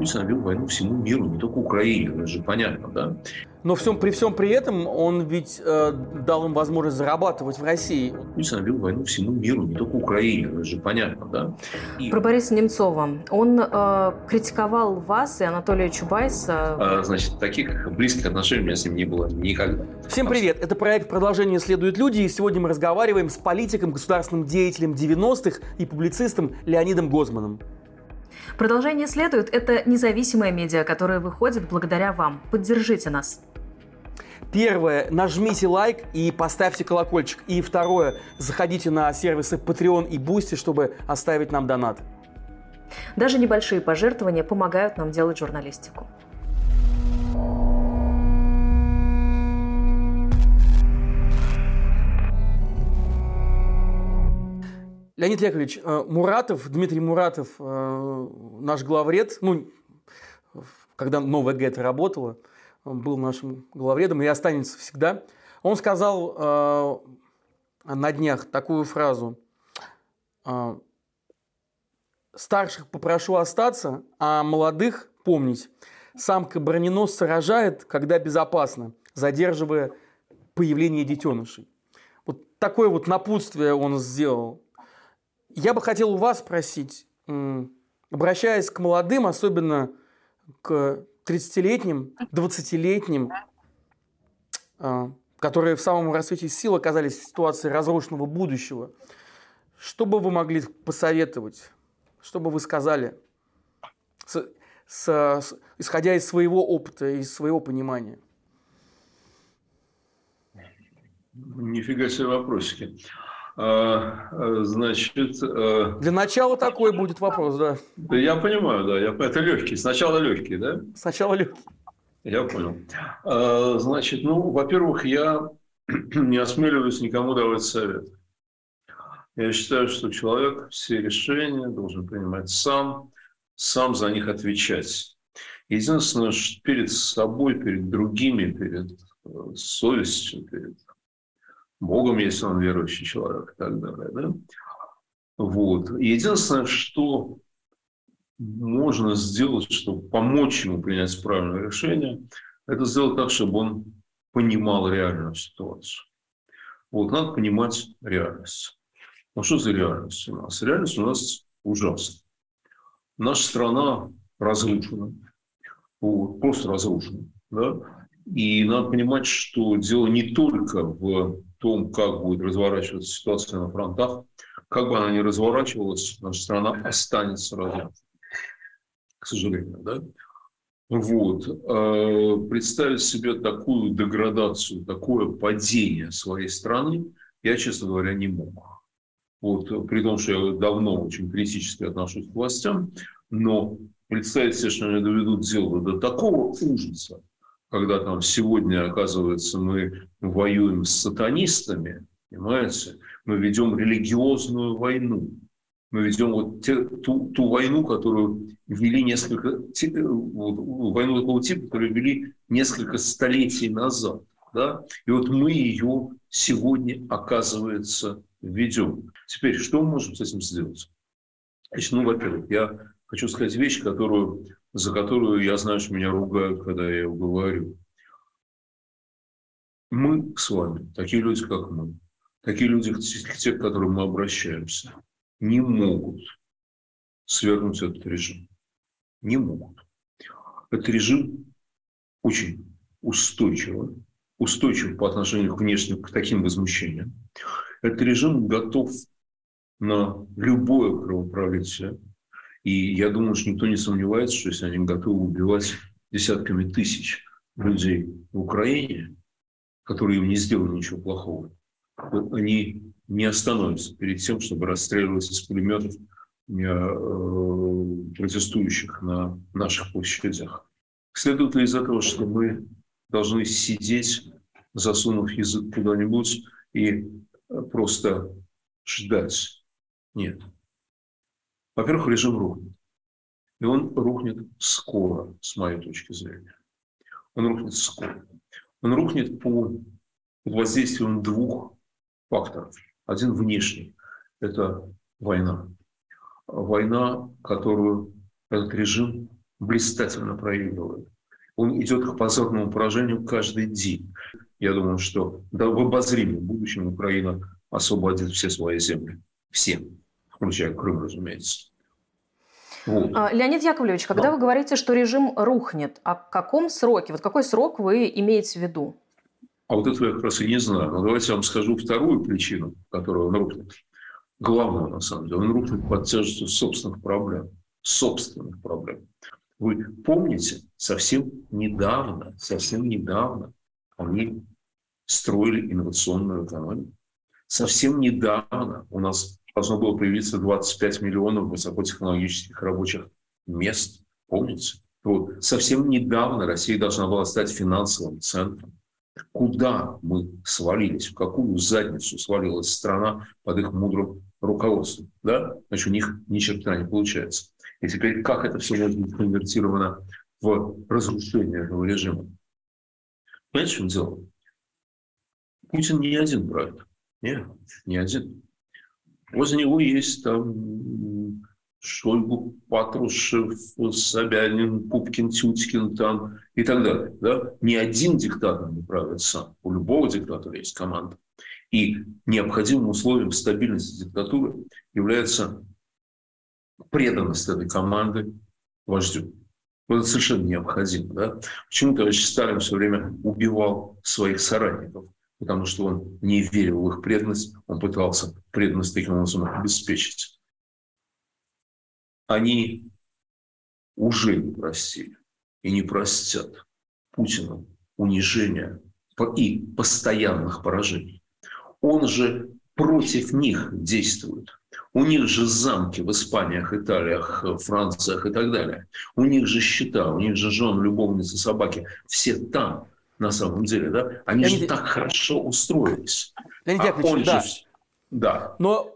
Путин объявил войну всему миру, не только Украине, это же понятно, да? Но при всем при этом он ведь дал им возможность зарабатывать в России. Путин объявил войну всему миру, не только Украине, это же понятно, да? Про Бориса Немцова. Он критиковал вас и Анатолия Чубайса. Значит, таких близких отношений у меня с ним не было никогда. Всем привет! Это проект «Продолжение следуют люди», и сегодня мы разговариваем с политиком, государственным деятелем 90-х и публицистом Леонидом Гозманом. Продолжение следует. Это независимое медиа, которое выходит благодаря вам. Поддержите нас. Первое. Нажмите лайк и поставьте колокольчик. И второе. Заходите на сервисы Patreon и Boosty, чтобы оставить нам донат. Даже небольшие пожертвования помогают нам делать журналистику. Леонид Яковлевич, Дмитрий Муратов, наш главред, когда новая ГЭТ работала, был нашим главредом и останется всегда. Он сказал на днях такую фразу: «Старших попрошу остаться, а молодых помнить. Самка броненосца рожает, когда безопасно, задерживая появление детенышей». Вот такое вот напутствие он сделал. Я бы хотел у вас спросить, обращаясь к молодым, особенно к 30-летним, 20-летним, которые в самом расцвете сил оказались в ситуации разрушенного будущего, что бы вы могли посоветовать, что бы вы сказали, исходя из своего опыта, из своего понимания? Нифига себе вопросики. Значит... Для начала такой будет вопрос, да. Да я понимаю, да. Это легкий. Сначала легкий, да? Сначала легкий. Я понял. Значит, во-первых, я не осмеливаюсь никому давать совет. Я считаю, что человек все решения должен принимать сам за них отвечать. Единственное, что перед собой, перед другими, перед совестью, перед Богом, если он верующий человек и так далее. Да? Вот. Единственное, что можно сделать, чтобы помочь ему принять правильное решение, это сделать так, чтобы он понимал реальную ситуацию. Вот, надо понимать реальность. Что за реальность у нас? Реальность у нас ужасна. Наша страна разрушена. Вот, просто разрушена. Да? И надо понимать, что дело не только в том, как будет разворачиваться ситуация на фронтах. Как бы она ни разворачивалась, наша страна останется разрушена. К сожалению, да? Вот. Представить себе такую деградацию, такое падение своей страны я, честно говоря, не мог. Вот. При том, что я давно очень критически отношусь к властям, но представить себе, что они доведут дело до такого ужаса, когда там сегодня, оказывается, мы воюем с сатанистами, понимаете, мы ведем религиозную войну. Мы ведем вот ту войну, которую вели войну такого типа, которую вели несколько столетий назад. Да? И вот мы ее сегодня, оказывается, ведем. Теперь, что мы можем с этим сделать? Значит, во-первых, я хочу сказать вещь, за которую я знаю, что меня ругают, когда я ее говорю. Мы с вами, такие люди, как мы, такие люди, те, к которым мы обращаемся, не могут свергнуть этот режим. Не могут. Этот режим очень устойчив по отношению к внешним, к таким возмущениям. Этот режим готов на любое кровопролитие. И я думаю, что никто не сомневается, что если они готовы убивать десятками тысяч людей в Украине, которые им не сделали ничего плохого, то они не остановятся перед тем, чтобы расстреливать из пулеметов протестующих на наших площадях. Следует ли из этого, что мы должны сидеть, засунув язык куда-нибудь и просто ждать? Нет. Во-первых, режим рухнет. И он рухнет скоро, с моей точки зрения. Он рухнет скоро. Он рухнет под воздействием двух факторов. Один внешний – это война. Война, которую этот режим блистательно проигрывает. Он идет к позорному поражению каждый день. Я думаю, что в обозримом будущем Украина освободит все свои земли. Все, включая Крым, разумеется. Вот. Леонид Яковлевич, когда вы говорите, что режим рухнет, о каком сроке, вот какой срок вы имеете в виду? А вот этого я как раз и не знаю. Но давайте я вам скажу вторую причину, которую он рухнет. Главное, на самом деле, он рухнет под тяжестью собственных проблем. Собственных проблем. Вы помните, совсем недавно они строили инновационную экономику. Совсем недавно у нас должно было появиться 25 миллионов высокотехнологических рабочих мест. Помните? Вот. Совсем недавно Россия должна была стать финансовым центром. Куда мы свалились? В какую задницу свалилась страна под их мудрым руководством? Да? Значит, у них ни черта не получается. И теперь как это все может быть конвертировано в разрушение этого режима? Понимаете, в чем дело? Путин не один брат. Нет, не один. Возле него есть там Шойгу, Патрушев, Собянин, Пупкин, Тютькин там и так далее. Да? Ни один диктатор не правит сам. У любого диктатора есть команда. И необходимым условием стабильности диктатуры является преданность этой команды вождю. Это совершенно необходимо. Да? Почему товарищ Сталин все время убивал своих соратников? Потому что он не верил в их преданность, он пытался преданность таким образом обеспечить. Они уже не простили и не простят Путину унижения и постоянных поражений. Он же против них действует. У них же замки в Испаниях, Италиях, Франциях и так далее. У них же счета, у них же жены, любовницы, собаки. Все там, на самом деле, да? Они же так хорошо устроились. Леонид Яковлевич, да. Да. Но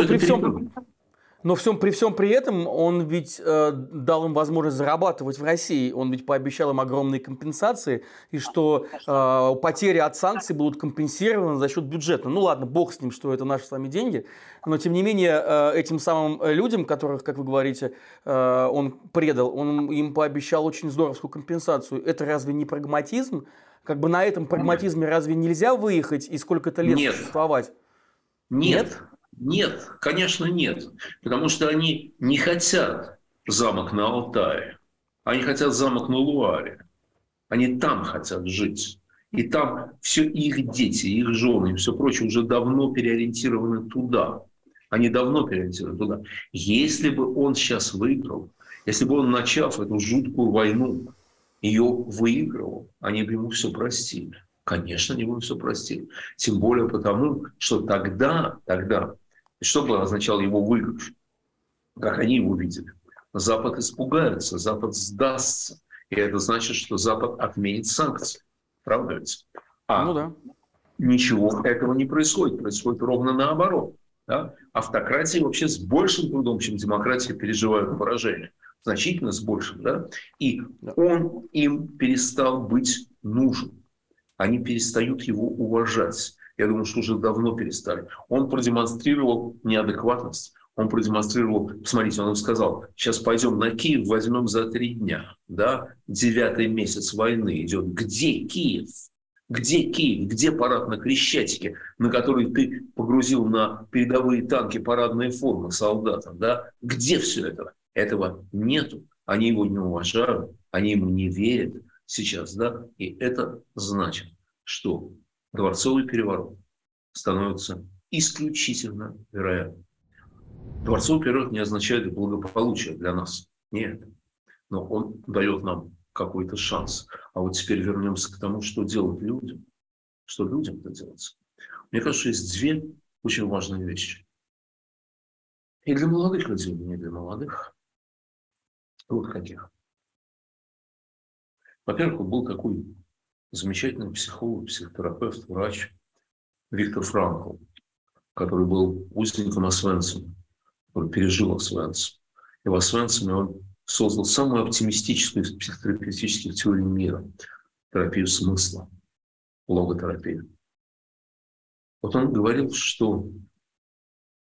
при всем при этом он ведь дал им возможность зарабатывать в России. Он ведь пообещал им огромные компенсации, и что потери от санкций будут компенсированы за счет бюджета. Ну ладно, бог с ним, что это наши с вами деньги. Но тем не менее, этим самым людям, которых, как вы говорите, он предал, он им пообещал очень здоровскую компенсацию. Это разве не прагматизм? Как бы на этом прагматизме разве нельзя выехать и сколько-то лет существовать? Нет. Нет, конечно, нет. Потому что они не хотят замок на Алтае. Они хотят замок на Луаре. Они там хотят жить. И там все их дети, их жены и все прочее уже давно переориентированы туда. Они давно переориентированы туда. Если бы он сейчас выиграл, если бы он, начав эту жуткую войну, ее выигрывал, они бы ему все простили. Конечно, они бы ему все простили. Тем более потому, что тогда, что бы означал его выигрыш? Как они его видели? Запад испугается, Запад сдастся. И это значит, что Запад отменит санкции. Правда ведь? Ничего этого не происходит. Происходит ровно наоборот. Да? Автократии вообще с большим трудом, чем демократия, переживают поражение. Значительно с большим. Да? И он им перестал быть нужен. Они перестают его уважать. Я думаю, что уже давно перестали. Он продемонстрировал неадекватность. Он продемонстрировал, посмотрите, он им сказал, сейчас пойдем на Киев, возьмем за 3 дня. Да? 9-й месяц войны идет. Где Киев? Где Киев? Где парад на Крещатике, на который ты погрузил на передовые танки парадные формы солдатам? Да? Где все это? Этого нету. Они его не уважают, они ему не верят сейчас. Да? И это значит, что дворцовый переворот становится исключительно вероятным. Дворцовый переворот не означает благополучие для нас. Нет. Но он дает нам какой-то шанс. А вот теперь вернемся к тому, что делать людям. Что людям-то делать? Мне кажется, есть 2 очень важные вещи. И для молодых людей, и не для молодых. Вот каких. Во-первых, был такой замечательный психолог, психотерапевт, врач Виктор Франкл, который был узником Освенцима, который пережил Освенцим. И в Освенциме он создал самую оптимистическую из психотерапевтических теорий мира – терапию смысла, логотерапию. Вот он говорил, что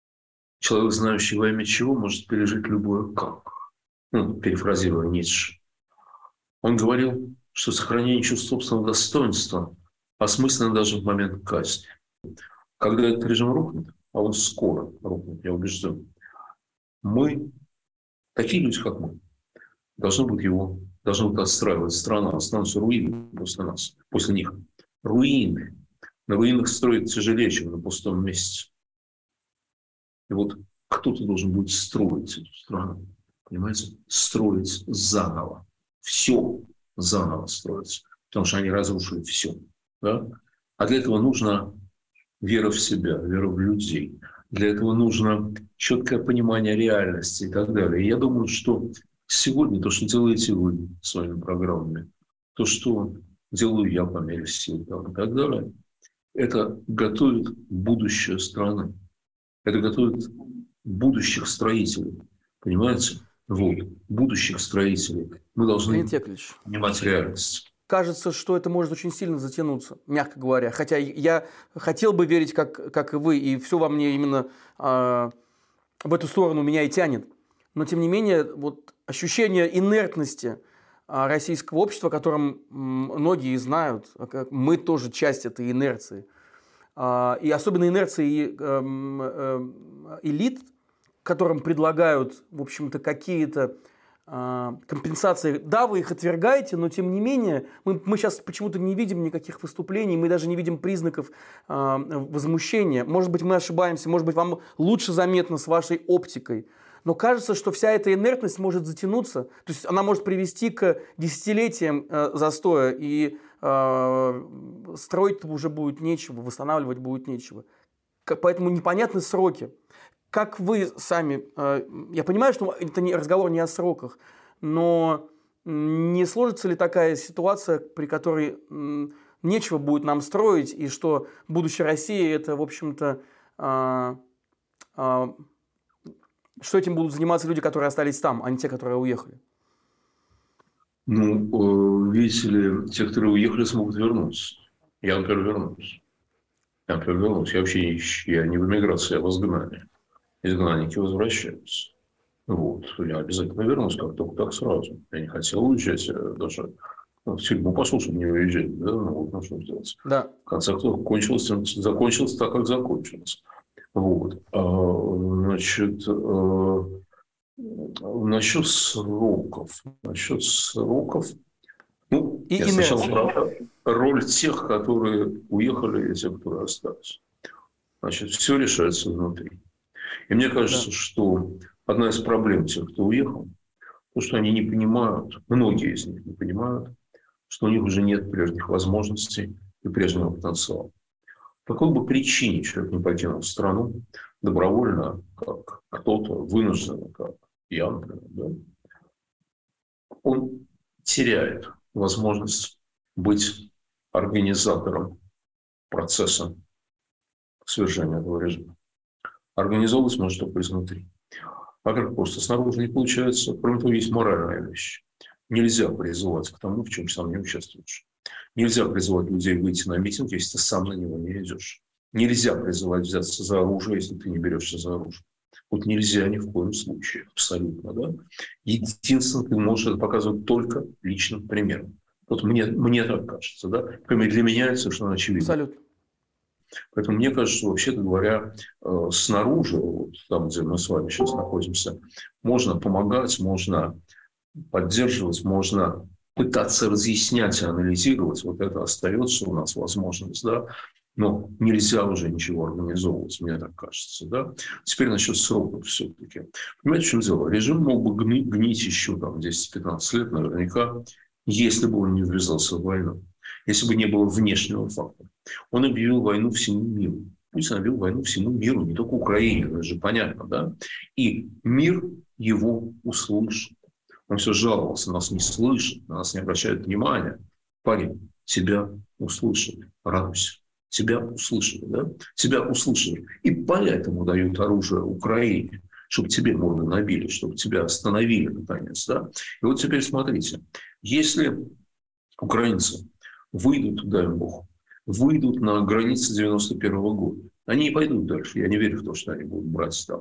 человек, знающий во имя чего, может пережить любое как. Перефразируя Ницше. Он говорил, что сохранение чувства собственного достоинства осмысленно даже в момент казни. Когда этот режим рухнет, а он скоро рухнет, я убежден, мы, такие люди, как мы, должны будут отстраивать страну, останутся руины после нас, после них. Руины. На руинах строить тяжелее, чем на пустом месте. И вот кто-то должен будет строить эту страну. Понимаете? Строить заново. Все заново строится. Потому что они разрушили все. Да? А для этого нужна вера в себя, вера в людей. Для этого нужно четкое понимание реальности и так далее. И я думаю, что сегодня то, что делаете вы своими программами, то, что делаю я по мере сил и так далее, это готовит будущее страны. Это готовит будущих строителей. Понимаете? Вот. Будущих строителей. Мы должны понимать реальность. Кажется, что это может очень сильно затянуться, мягко говоря. Хотя я хотел бы верить, как и вы, и все во мне именно в эту сторону меня и тянет. Но, тем не менее, вот ощущение инертности российского общества, о котором многие знают, мы тоже часть этой инерции. И особенно инерции элит, которым предлагают, в общем-то, какие-то компенсации. Да, вы их отвергаете, но тем не менее мы сейчас почему-то не видим никаких выступлений, мы даже не видим признаков возмущения. Может быть, мы ошибаемся, может быть, вам лучше заметно с вашей оптикой. Но кажется, что вся эта инертность может затянуться, то есть она может привести к десятилетиям застоя, и строить уже будет нечего, восстанавливать будет нечего. Поэтому непонятны сроки. Как вы сами, я понимаю, что это разговор не о сроках, но не сложится ли такая ситуация, при которой нечего будет нам строить, и что будущее России это, в общем-то, что этим будут заниматься люди, которые остались там, а не те, которые уехали? Ну, видите ли, те, которые уехали, смогут вернуться. Я, например, вернусь. Я вообще не в эмиграции, я в изгнании. Изгнанники возвращаются. Вот. Я обязательно вернусь, как только так сразу. Я не хотел уезжать, я даже в тюрьму пошел, чтобы не уезжать. Да? Ну, что делать. Да. В конце концов, закончилось так, как закончилось. Вот. Значит, насчет сроков. Ну, я сначала роль тех, которые уехали, и тех, которые остались. Значит, все решается внутри. И мне кажется, что одна из проблем тех, кто уехал, то, что они не понимают, многие из них не понимают, что у них уже нет прежних возможностей и прежнего потенциала. По какой бы причине человек не покинул страну, добровольно, как кто-то, вынужденно, как я, например, да, он теряет возможность быть организатором процесса свержения этого режима. Организовывать может только изнутри. А как просто снаружи не получается. Кроме того, есть моральная вещь. Нельзя призывать к тому, в чем сам не участвуешь. Нельзя призывать людей выйти на митинг, если ты сам на него не идешь. Нельзя призывать взяться за оружие, если ты не берешься за оружие. Вот нельзя ни в коем случае. Абсолютно. Да? Единственное, ты можешь это показывать только личным примером. Вот мне так кажется. Да? Для меня это совершенно очевидно. Абсолютно. Поэтому мне кажется, что, вообще-то говоря, снаружи, вот там, где мы с вами сейчас находимся, можно помогать, можно поддерживать, можно пытаться разъяснять и анализировать. Вот это остается у нас возможность, да. Но нельзя уже ничего организовывать, мне так кажется, да. Теперь насчет сроков все-таки. Понимаете, в чем дело? Режим мог бы гнить еще там 10-15 лет наверняка, если бы он не ввязался в войну. Если бы не было внешнего фактора. Он объявил войну всему миру. Пусть он объявил войну всему миру, не только Украине, это же понятно, да? И мир его услышит. Он все жаловался, нас не слышит, на нас не обращают внимания. Парень, тебя услышали, радуйся. Тебя услышали, да? Тебя услышали. И поэтому дают оружие Украине, чтобы тебе морду набили, чтобы тебя остановили, наконец, да? И вот теперь смотрите, если украинцы выйдут, дай Бог, выйдут на границы 91 года. Они не пойдут дальше. Я не верю в то, что они будут брать там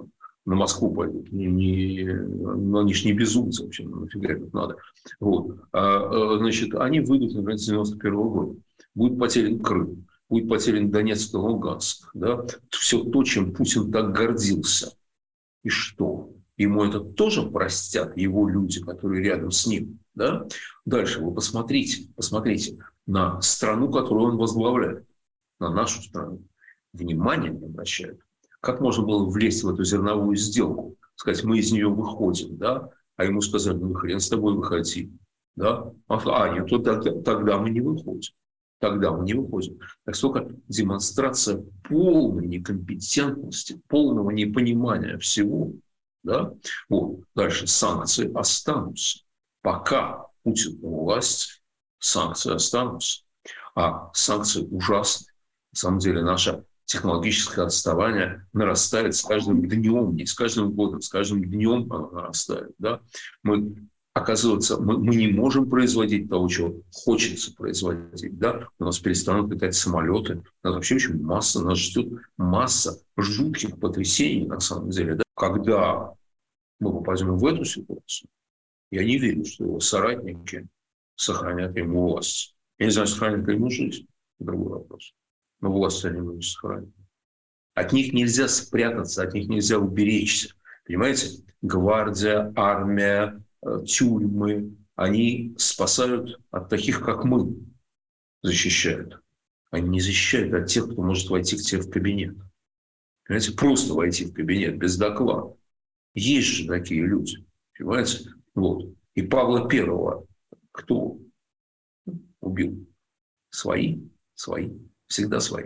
на Москву пойдут. Ну, они же не безумцы вообще, нафига это надо. Вот. Значит, они выйдут, например, с 91 года. Будет потерян Крым, будет потерян Донецк и Луганск. Да? Все то, чем Путин так гордился. И что? Ему это тоже простят его люди, которые рядом с ним. Да? Дальше вы посмотрите на страну, которую он возглавляет, на нашу страну. Внимания не обращают. Как можно было влезть в эту зерновую сделку? Сказать, мы из нее выходим, да? А ему сказали, ну хрен с тобой выходи. Да? Нет, тогда мы не выходим. Тогда мы не выходим. Так сколько демонстрация полной некомпетентности, полного непонимания всего. Да? Вот. Дальше санкции останутся. Пока Путин у власти, санкции останутся. А санкции ужасны. На самом деле наша технологическое отставание нарастает с каждым днем, не с каждым годом, с каждым днем оно нарастает. Да? Оказывается, мы не можем производить того, чего хочется производить. Да? У нас перестанут летать самолеты. У нас вообще очень нас ждет масса жутких потрясений, на самом деле. Да? Когда мы попадем в эту ситуацию, я не верю, что его соратники сохранят ему власть. Я не знаю, сохранят ли ему жизнь. Это другой вопрос. Но власть они не сохранят. От них нельзя спрятаться, от них нельзя уберечься. Понимаете? Гвардия, армия, тюрьмы, они спасают от таких, как мы, защищают. Они не защищают от тех, кто может войти к тебе в кабинет. Понимаете? Просто войти в кабинет без доклада. Есть же такие люди. Понимаете? Вот. И Павла Первого кто убил? Свои. Всегда свои.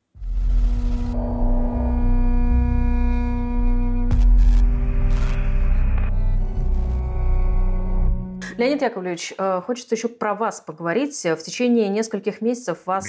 Леонид Яковлевич, хочется еще про вас поговорить. В течение нескольких месяцев вас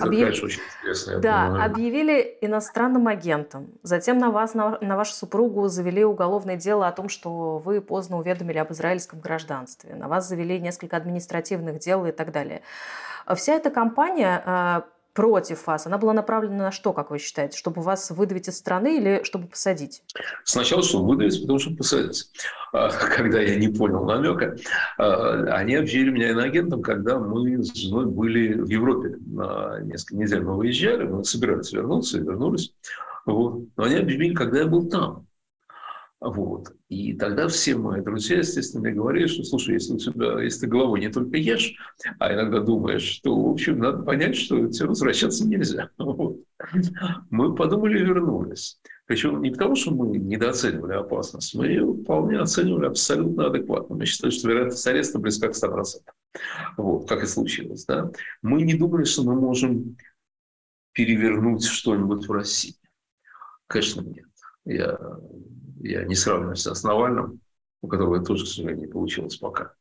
объявили иностранным агентом. Затем на вас, на вашу супругу завели уголовное дело о том, что вы поздно уведомили об израильском гражданстве. На вас завели несколько административных дел и так далее. Вся эта кампания против вас, она была направлена на что, как вы считаете? Чтобы вас выдавить из страны или чтобы посадить? Сначала, чтобы выдавить, потом, чтобы посадить. Когда я не понял намека, они объявили меня иноагентом, когда мы с женой были в Европе. На несколько недель мы выезжали, мы собирались вернуться и вернулись. Вот. Но они объявили, когда я был там. Вот. И тогда все мои друзья, естественно, мне говорили, что, слушай, если ты головой не только ешь, а иногда думаешь, то, в общем, надо понять, что тебе возвращаться нельзя. Вот. Мы подумали и вернулись. Причем не потому, что мы недооценивали опасность, мы ее вполне оценивали абсолютно адекватно. Мы считали, что вероятность ареста близка к 100%. Вот, как и случилось. Да? Мы не думали, что мы можем перевернуть что-нибудь в России. Конечно, нет. Я не сравниваюсь с Навальным, у которого это тоже, к сожалению, не получилось пока.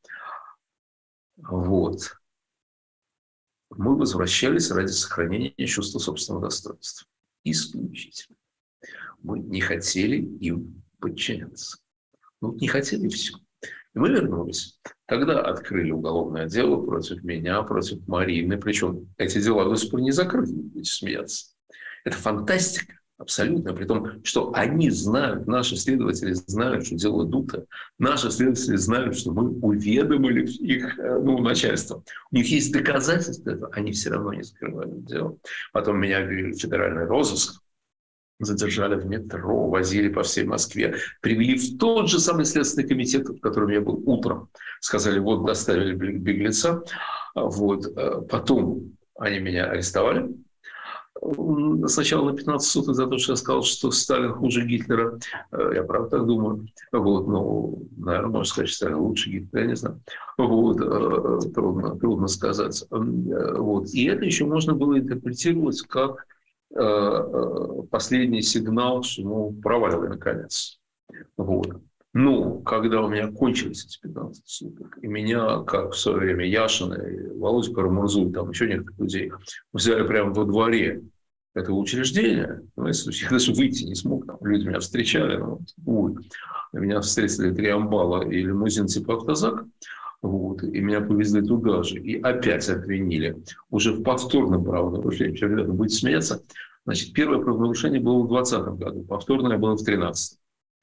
Вот. Мы возвращались ради сохранения чувства собственного достоинства. Исключительно. Мы не хотели им подчиняться. Ну, не хотели, и все. И мы вернулись. Тогда открыли уголовное дело против меня, против Марины. Причем эти дела до сих пор не закрыты, будете смеяться. Это фантастика. Абсолютно. При том, что они знают, наши следователи знают, что дело дуто. Наши следователи знают, что мы уведомили их начальство. У них есть доказательства этого, они все равно не закрывают дело. Потом меня объявили в федеральный розыск, задержали в метро, возили по всей Москве, привели в тот же самый следственный комитет, в котором я был утром. Сказали, вот доставили беглеца. Вот. Потом они меня арестовали. Сначала на 15 суток за то, что я сказал, что Сталин хуже Гитлера. Я правда так думаю. Вот, ну, наверное, можно сказать, что Сталин лучше Гитлера, я не знаю. Вот, трудно сказать. Вот. И это еще можно было интерпретировать как последний сигнал, что проваливай наконец. Вот. Но когда у меня кончились эти 15 суток, и меня, как в свое время Яшина и Володю Карамурзу, и там еще некоторых людей, взяли прямо во дворе этого учреждения, я даже выйти не смог, там люди меня встречали, меня встретили 3 амбала и лимузин типа автозак, вот, и меня повезли туда же, и опять обвинили, уже в повторном правонарушении. Ребята, будете смеяться, значит, первое правонарушение было в 2020 году, повторное было в 2013.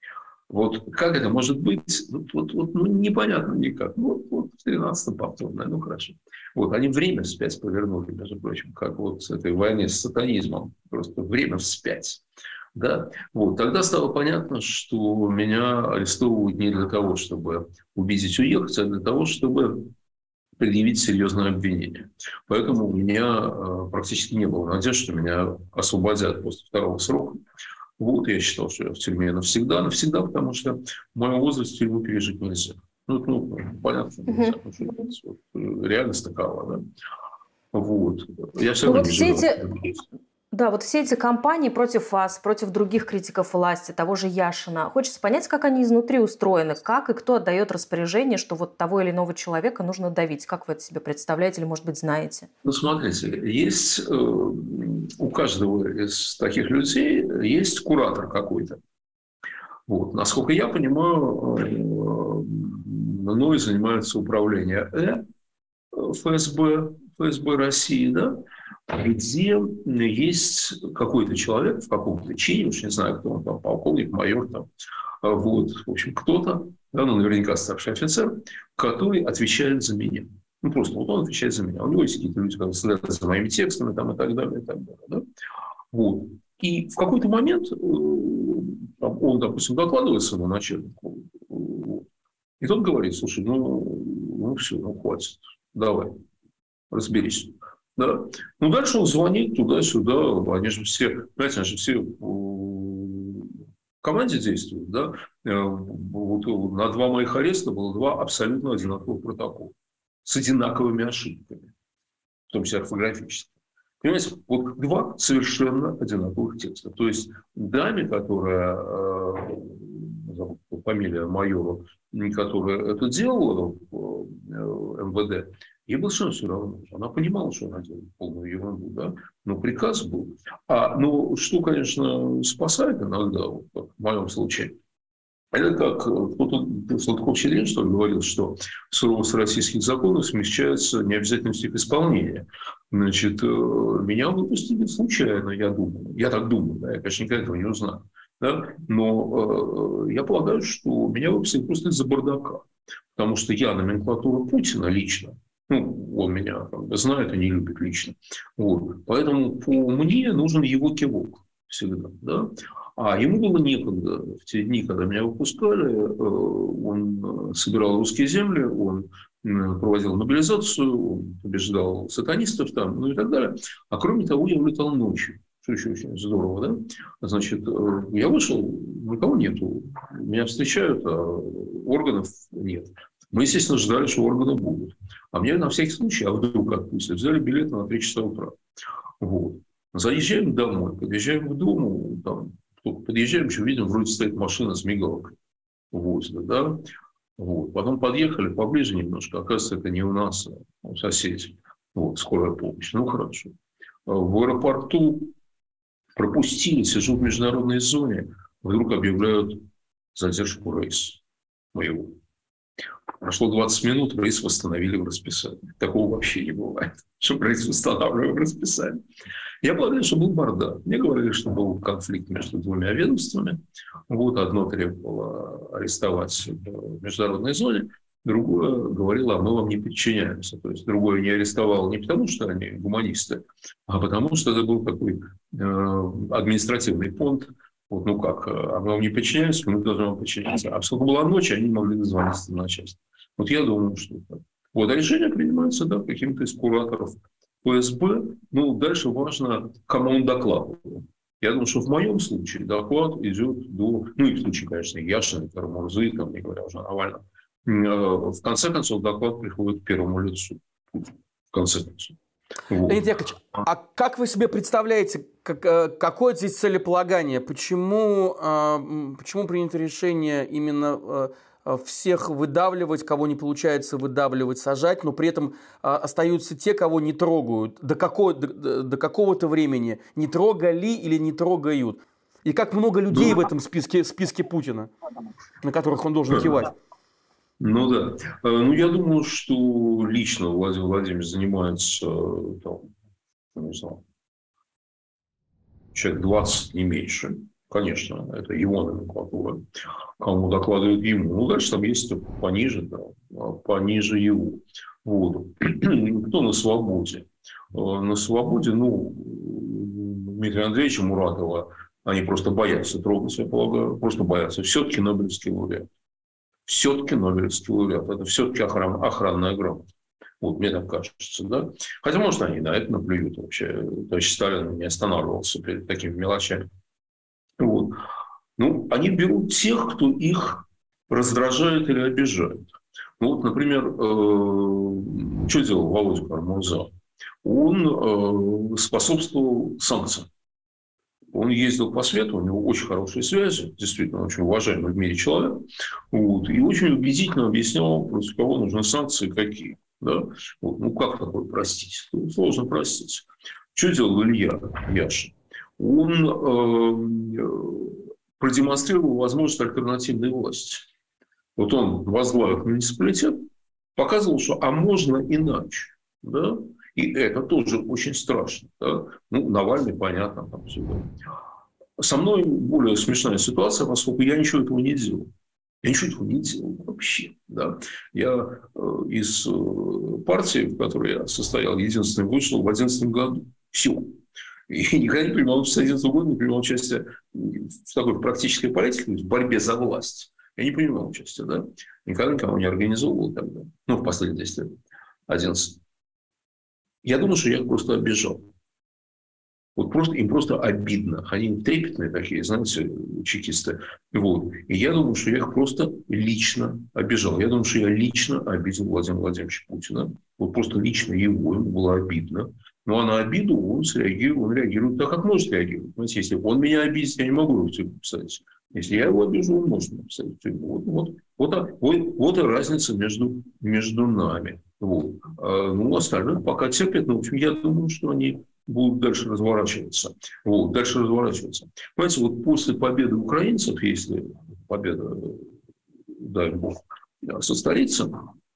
Вот как это может быть? Ну, непонятно никак. Вот в 13-м повторное, ну хорошо. Вот они время вспять повернули, между прочим, как вот с этой войне с сатанизмом. Просто время вспять. Да? Вот. Тогда стало понятно, что меня арестовывают не для того, чтобы убедить уехать, а для того, чтобы предъявить серьезное обвинение. Поэтому у меня практически не было надежды, что меня освободят после второго срока. Вот я считал, что я в тюрьме навсегда, потому что в моем возрасте тюрьму пережить нельзя. Понятно, нельзя, потому что вот, реальность такова, да. Вот. Я все Ну равно вот не все живу. эти, да, вот все эти кампании против вас, против других критиков власти, того же Яшина, хочется понять, как они изнутри устроены, как и кто отдает распоряжение, что вот того или иного человека нужно давить. Как вы это себе представляете или, может быть, знаете? Ну, смотрите, есть у каждого из таких людей есть куратор какой-то. Вот. Насколько я понимаю, мной занимается управление ФСБ России, да, где есть какой-то человек в каком-то чине, уж не знаю, кто он там, полковник, майор, там, вот, в общем, кто-то, да, ну, наверняка старший офицер, который отвечает за меня. Ну, просто вот он отвечает за меня. У него есть какие-то люди, которые следят за моими текстами там, и так далее, и так далее. Да? Вот. И в какой-то момент он, допустим, докладывает своему начальнику, и тот говорит: слушай, ну все, ну хватит, давай, разберись. Да? Ну, дальше он звонит туда-сюда, они же все, знаете, они же все в команде действуют, да? Вот на 2 моих ареста было 2 абсолютно одинаковых протокола с одинаковыми ошибками, в том числе орфографическими. Понимаете, вот 2 совершенно одинаковых текста. То есть даме, которая, фамилия майора, которая это делала в МВД, ей было совершенно все равно. Она понимала, что она делает полную ерунду, да? Но приказ был. Ну, что, конечно, спасает иногда, вот, как в моем случае, это как кто-то, Сладков-Щедрин, что ли, говорил, что суровость российских законов смягчается необязательностью их исполнения. Значит, меня выпустили случайно, я думаю. Я так думаю, да, я, конечно, никогда этого не узнаю. Да? Но я полагаю, что меня выпустили просто из-за бардака. Потому что я номенклатура Путина лично. Ну, он меня как бы знает и не любит лично. Вот. Поэтому по мне нужен его кивок всегда. Да? А ему было некогда. В те дни, когда меня выпускали, он собирал русские земли, он проводил мобилизацию, он побеждал сатанистов там, ну и так далее. А кроме того, я улетал ночью. Что еще очень здорово, да? Значит, я вышел, никого нету. Меня встречают, а органов нет. Мы, естественно, ждали, что органы будут. А мне на всякий случай, а вдруг отпустят, взяли билеты на 3 часа утра. Вот. Заезжаем домой, подъезжаем к дому, там, подъезжаем, еще видим, вроде стоит машина с мигалкой возле, да. Вот. Потом подъехали поближе немножко, оказывается, это не у нас, а у соседей. Вот, скорая помощь. Ну, хорошо. В аэропорту пропустили, сижу в международной зоне, вдруг объявляют задержку рейса моего. Прошло 20 минут, рейс восстановили в расписании. Такого вообще не бывает, чтобы рейс восстанавливали в расписании. Я полагаю, что был бардак. Мне говорили, что был конфликт между 2 ведомствами. Вот одно требовало арестовать в международной зоне, другое говорило: а мы вам не подчиняемся. То есть другое не арестовало не потому, что они гуманисты, а потому что это был такой административный понт. Вот, ну как, а мы вам не подчиняемся, мы должны вам подчиняться. А поскольку была ночь, они не могли дозвониться на начальство. Вот я думаю, что так. Вот, а решение принимается, да, каким-то из кураторов ФСБ. Ну, дальше важно, кому он докладывал. Я думаю, что в моем случае доклад идет до... Ну, и в случае, конечно, Яшина, Карамурзы, там, не говоря уже о Навальном. В конце концов, доклад приходит к первому лицу. В конце концов. Вот. Леонид Яковлевич, а как вы себе представляете, какое здесь целеполагание? Почему принято решение именно всех выдавливать, кого не получается выдавливать, сажать, но при этом остаются те, кого не трогают? До какого-то времени не трогали или не трогают? И как много людей в этом списке Путина, на которых он должен кивать? Ну да. Ну, я думаю, что лично Владимир Владимирович занимается, там, не знаю, человек 20, не меньше. Конечно, это его номенклатура. Кому докладывают ему. Ну, дальше там есть пониже, да, пониже его. Вот. Кто на свободе? На свободе, ну, Дмитрия Андреевича Муратова, они просто боятся трогать, я полагаю. Просто боятся. Все-таки Нобелевский лауреат. Все-таки Нобелевский лауреат. Это все-таки охранная грамота. Вот, мне так кажется, да. Хотя, может, они на это наплюют вообще. Товарищ Сталин не останавливался перед такими мелочами. Вот. Ну, они берут тех, кто их раздражает или обижает. Ну, вот, например, что делал Володя Кармурза? Он способствовал санкциям. Он ездил по свету, у него очень хорошие связи, действительно, очень уважаемый в мире человек, вот, и очень убедительно объяснял, против кого нужны санкции, какие. Да? Вот, ну, как такое простить? Сложно простить. Что делал Илья Яшин? Он продемонстрировал возможность альтернативной власти. Вот он, возглавив муниципалитет, показывал, что можно иначе. Да? И это тоже очень страшно. Да? Ну, Навальный, понятно, там все. Со мной более смешная ситуация, поскольку я ничего этого не делал. Я ничего этого не делал вообще. Да? Я из партии, в которой я состоял, единственный вышел в 2011 году. Все. И никогда не принимал участие с 2011 года, не принимал участие в такой практической политике, то есть в борьбе за власть. Я не принимал участия, да? Никогда никого не организовывал тогда. Ну, в последние 10 лет. 11. Я думаю, что я их просто обижал. Вот просто, им просто обидно. Они трепетные такие, знаете, чекисты. Вот. И я думаю, что я их просто лично обижал. Я думаю, что я лично обидел Владимира Владимировича Путина. Вот просто лично ему было обидно. Ну, а на обиду он реагирует так, как может реагировать. Понимаете, если он меня обидит, я не могу его в тюрьму посадить. Если я его обижу, он может меня посадить в тюрьму. Вот и разница между нами. Вот. Ну, остальных пока терпят. Но, в общем, я думаю, что они будут дальше разворачиваться. Вот, дальше разворачиваться. Понимаете, вот после победы украинцев, если победа, дай бог, состоится,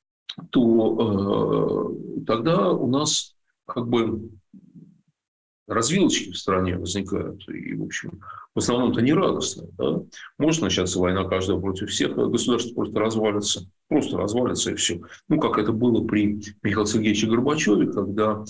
то тогда у нас как бы развилочки в стране возникают. И, в общем, в основном-то не радостные. Да? Может начаться война каждого против всех, а государство просто развалится. Просто развалится и все. Ну, как это было при Михаиле Сергеевиче Горбачеве, когда,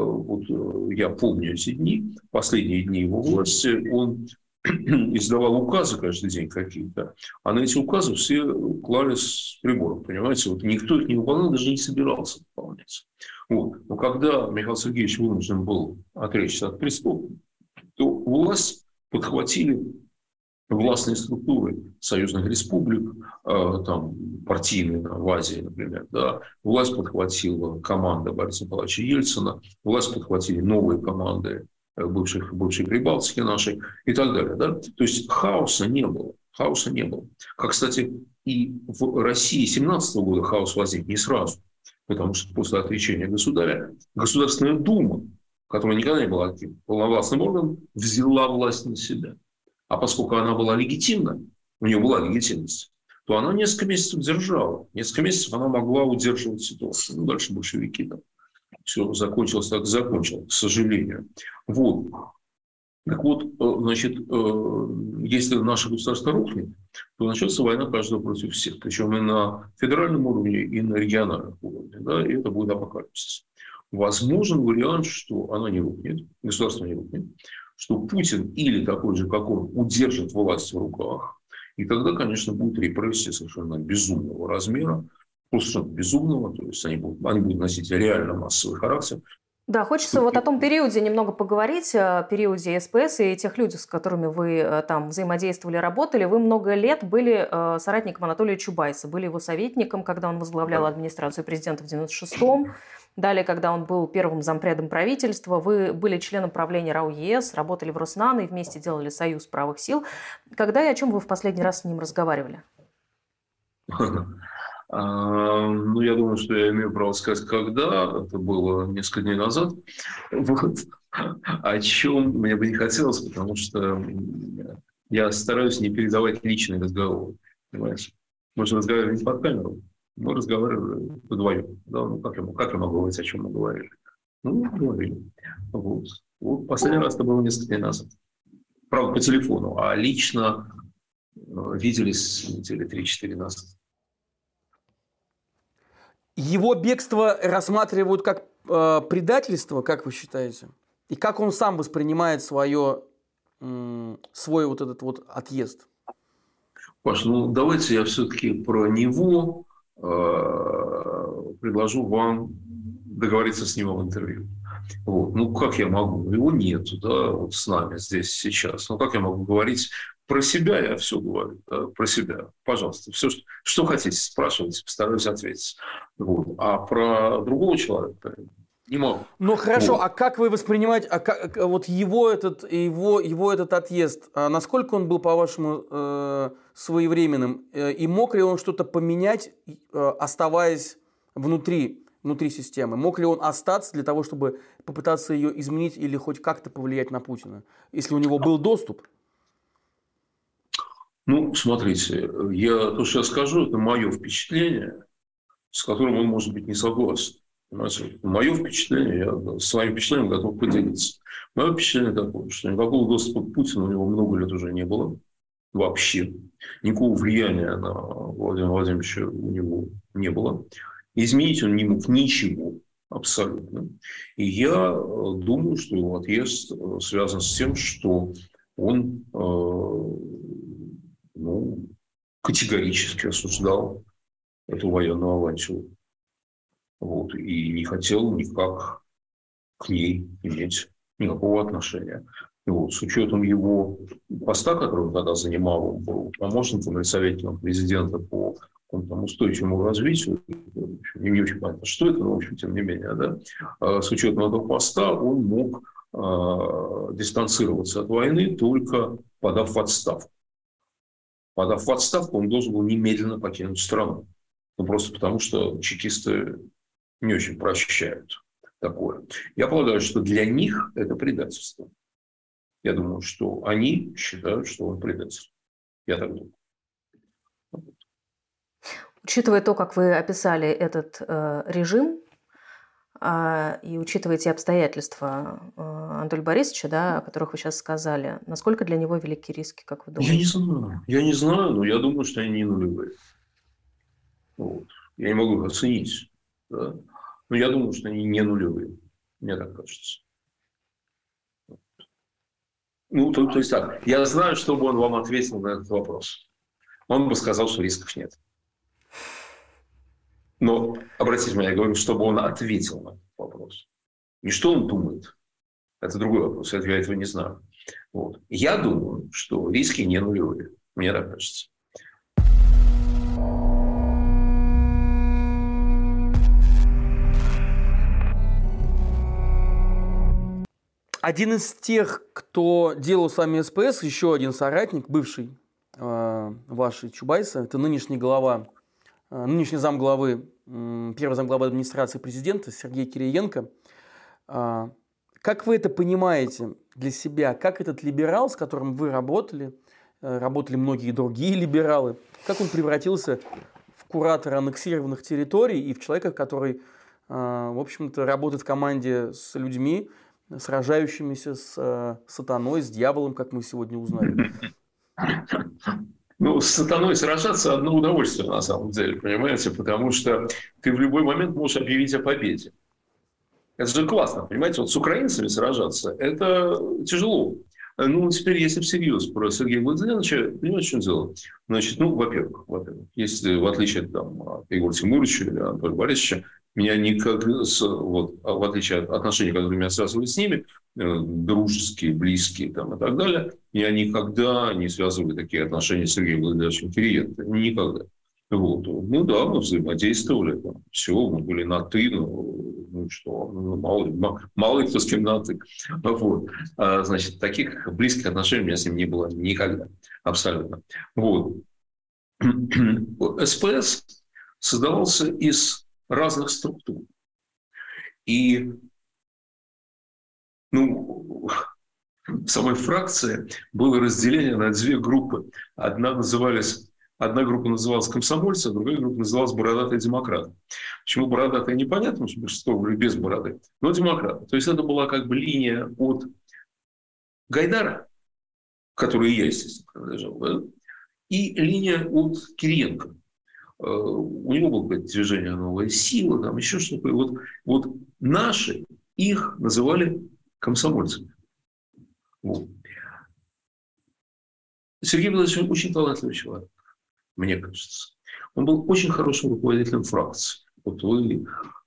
я помню эти дни, последние дни его власти, он издавал указы каждый день какие-то, а на эти указы все клали с приборов, понимаете? Вот никто их не выполнял, даже не собирался выполнять. Вот. Но когда Михаил Сергеевич вынужден был отречься от престола, то власть подхватили властные структуры союзных республик, там, партийные в Азии, например. Да. Власть подхватила команда Бориса Николаевича Ельцина, власть подхватили новые команды бывшей Прибалтики нашей и так далее. Да? То есть хаоса не было. Хаоса не было. Как, кстати, и в России 17 года хаос возник не сразу. Потому что после отречения государя Государственная Дума, которая никогда не была таким полновластным органом, взяла власть на себя. А поскольку она была легитимна, у нее была легитимность, то она несколько месяцев держала. Несколько месяцев она могла удерживать ситуацию. Ну, дальше большевики там. Все закончилось так, закончилось, к сожалению. Вот. Так вот, значит, если наше государство рухнет, то начнется война каждого против всех. Причем и на федеральном уровне, и на региональном уровне. Да, и это будет апокалипсис. Возможен вариант, что она не рухнет, государство не рухнет, что Путин или такой же, как он, удержит власть в руках. И тогда, конечно, будет репрессия совершенно безумного размера. Просто безумного. То есть они будут носить реально массовый характер. Да, хочется вот о том периоде немного поговорить, о периоде СПС и тех людях, с которыми вы там взаимодействовали, работали. Вы много лет были соратником Анатолия Чубайса, были его советником, когда он возглавлял администрацию президента в 96-м. Далее, когда он был первым зампредом правительства, вы были членом правления РАО ЕС, работали в Роснано и вместе делали Союз правых сил. Когда и о чем вы в последний раз с ним разговаривали? Ну, я думаю, что я имею право сказать, когда. Это было несколько дней назад. Вот. О чем мне бы не хотелось, потому что я стараюсь не передавать личные разговоры. Понимаете? Мы же разговаривали не под камеру, мы разговаривали вдвоем. Да? Ну, как я могу говорить, о чем мы говорили? Ну, говорили. Вот. Последний раз это было несколько дней назад. Правда, по телефону, а лично виделись недели 3-4 назад. Его бегство рассматривают как предательство, как вы считаете? И как он сам воспринимает свой вот этот вот отъезд? Паш, давайте я все-таки про него предложу вам договориться с ним в интервью. Вот. Как я могу? Его нету, да, вот с нами здесь сейчас. Как я могу говорить про себя? Я все говорю, да, про себя. Пожалуйста, все, что хотите, спрашивайте, постараюсь ответить. Вот. А про другого человека не могу. Хорошо, вот. А как вы воспринимаете, вот его этот отъезд, насколько он был, по-вашему, своевременным? И мог ли он что-то поменять, оставаясь внутри системы? Мог ли он остаться для того, чтобы попытаться ее изменить или хоть как-то повлиять на Путина, если у него был доступ? Смотрите, то, что я скажу, это мое впечатление, с которым он, может быть, не согласен. Понимаете? Мое впечатление, я с своим впечатлением готов поделиться. Мое впечатление такое, что никакого доступа к Путину у него много лет уже не было. Вообще. Никакого влияния на Владимира Владимировича у него не было. Изменить он не мог ничего абсолютно. И я думаю, что его отъезд связан с тем, что он категорически осуждал эту военную авантюру. Вот, и не хотел никак к ней иметь никакого отношения. Вот, с учетом его поста, который он тогда занимал, он был помощником или советником президента по устойчивому развитию, не очень понятно, что это, но, в общем, тем не менее, да, с учетом этого поста он мог дистанцироваться от войны, только подав в отставку. Подав в отставку, он должен был немедленно покинуть страну. Просто потому, что чекисты не очень прощают такое. Я полагаю, что для них это предательство. Я думаю, что они считают, что он предатель. Я так думаю. Учитывая то, как вы описали этот режим, и учитывая те обстоятельства Анатолия Борисовича, да, о которых вы сейчас сказали, насколько для него велики риски, как вы думаете? Я не знаю, но я думаю, что они не нулевые. Вот. Я не могу их оценить. Да? Но я думаю, что они не нулевые. Мне так кажется. То есть так. Я знаю, что бы он вам ответил на этот вопрос. Он бы сказал, что рисков нет. Но, обратите внимание, я говорю, чтобы он ответил на этот вопрос. Не что он думает. Это другой вопрос. Я этого не знаю. Вот. Я думаю, что риски не нулевые. Мне так кажется. Один из тех, кто делал с вами СПС, еще один соратник, бывший вашей Чубайса, это нынешний замглавы, первый замглавы администрации президента Сергей Кириенко. Как вы это понимаете для себя? Как этот либерал, с которым вы работали многие другие либералы, как он превратился в куратора аннексированных территорий и в человека, который, в общем-то, работает в команде с людьми, сражающимися с сатаной, с дьяволом, как мы сегодня узнали? С сатаной сражаться одно удовольствие, на самом деле, понимаете? Потому что ты в любой момент можешь объявить о победе. Это же классно, понимаете? Вот с украинцами сражаться – это тяжело. Теперь, если всерьез про Сергея Владимировича, понимаете, что дело? Значит, во-первых, если в отличие от Егора Тимуровича или Анатолия Борисовича, меня никогда, в отличие от отношений, которые меня связывали с ними, дружеские, близкие и так далее, я никогда не связывали такие отношения с Сергеем Владимировичем Кириенко. Никогда. Вот. Мы взаимодействовали, все, мы были на «ты», мало ли кто с кем на «ты». Вот. Значит, таких близких отношений у меня с ним не было никогда. Абсолютно. Вот. СПС создавался из разных структур. И в самой фракции было разделение на две группы. Одна группа называлась комсомольцы, а другая группа называлась бородатые демократы. Почему бородатые, непонятно, потому что большинство были без бороды, но демократы. То есть это была линия от Гайдара которой я, естественно, принадлежал, да, и линия от Кириенко. У него было какое-то движение «Новая сила», там еще что-то. Вот наши их называли комсомольцами. Вот. Сергей Владимирович очень талантливый человек, мне кажется. Он был очень хорошим руководителем фракции. Вот вы,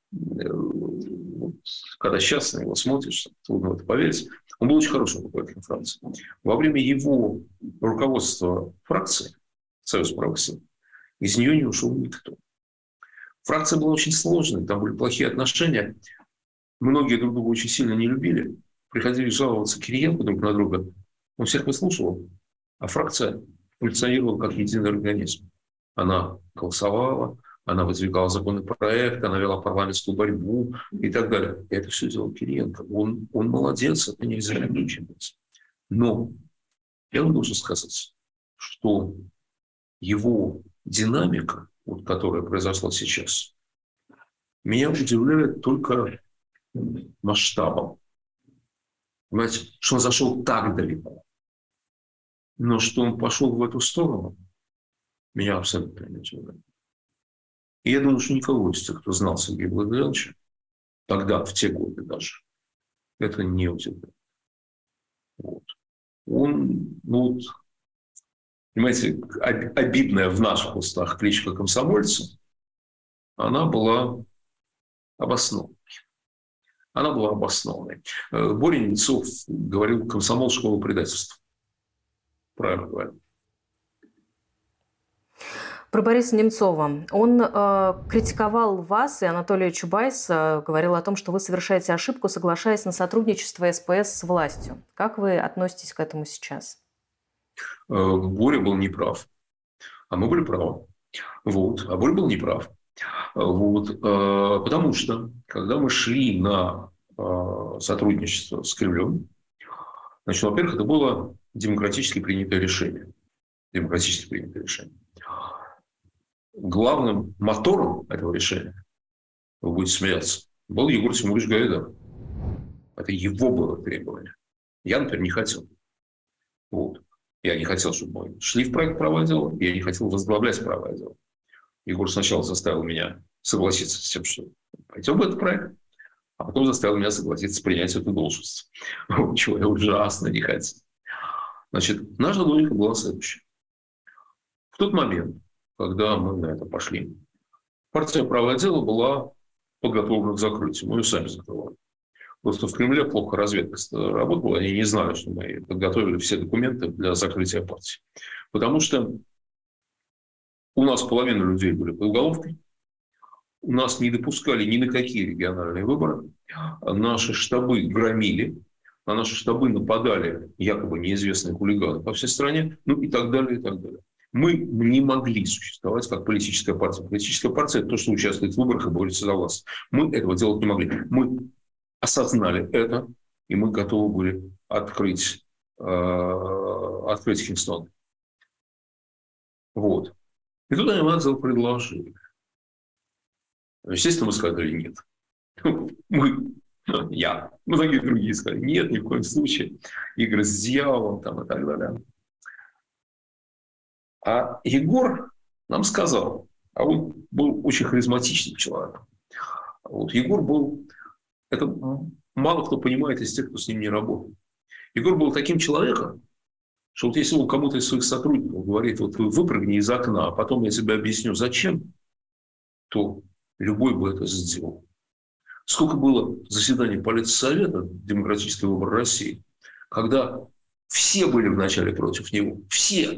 когда сейчас на него смотришь, трудно в это поверить, он был очень хорошим руководителем фракции. Во время его руководства фракции, Союза правых сил, из нее не ушел никто. Фракция была очень сложной, там были плохие отношения. Многие друг друга очень сильно не любили. Приходили жаловаться Кириенко друг на друга. Он всех выслушивал. А фракция функционировала как единый организм. Она голосовала, она выдвигала законопроект, она вела парламентскую борьбу и так далее. И это все делал Кириенко. Он молодец, это нельзя учитывать. Но я вам должен сказать, что его динамика, вот, которая произошла сейчас, меня удивляет только масштабом. Понимаете, что он зашел так далеко. Но что он пошел в эту сторону, меня абсолютно не удивляет. И я думаю, что никого из тех, кто знал Сергея Владимировича, тогда, в те годы даже, это не удивляет. Вот. Он, понимаете, обидная в наших устах кличка комсомольца, она была обоснованной. Она была обоснованной. Боря Немцов говорил «комсомол – школа предательства». Правильно говорю. Про Бориса Немцова. Он критиковал вас и Анатолия Чубайса, говорил о том, что вы совершаете ошибку, соглашаясь на сотрудничество СПС с властью. Как вы относитесь к этому сейчас? Боря был неправ, а мы были правы. Вот. А Боря был неправ. Вот. Потому что, когда мы шли на сотрудничество с Кремлем, значит, во-первых, это было демократически принятое решение. Демократически принятое решение. Главным мотором этого решения, вы будете смеяться, был Егор Тимурович Гайдар. Это его было требование. Я, например, не хотел. Вот. Я не хотел, чтобы мы шли в проект «Правое дело», я не хотел возглавлять «Правое дело». Егор сначала заставил меня согласиться с тем, что пойдем в этот проект, а потом заставил меня согласиться принять эту должность. Чего я ужасно не хотел. Значит, наша логика была следующая. В тот момент, когда мы на это пошли, партия «Правое дело» была подготовлена к закрытию. Мы ее сами закрывали. Просто в Кремле плохо разведка работала, они не знали, что мы подготовили все документы для закрытия партии. Потому что у нас половина людей были под уголовкой, у нас не допускали ни на какие региональные выборы, наши штабы громили, на наши штабы нападали якобы неизвестные хулиганы по всей стране, ну и так далее, и так далее. Мы не могли существовать как политическая партия. Политическая партия – это то, что участвует в выборах и борется за власть. Мы этого делать не могли. Мы осознали это, и мы готовы были открыть Хинстон. Вот. И тут они нам это предложили. Естественно, мы сказали нет. Многие другие сказали нет, ни в коем случае. Игры с дьяволом там, и так далее. А Егор нам сказал, а он был очень харизматичным человеком. Вот Егор был, это мало кто понимает из тех, кто с ним не работал. Егор был таким человеком, что вот если он кому-то из своих сотрудников говорит, вот вы выпрыгни из окна, а потом я тебе объясню, зачем, то любой бы это сделал. Сколько было заседаний Политсовета «Демократический выбор России», когда все были вначале против него, все.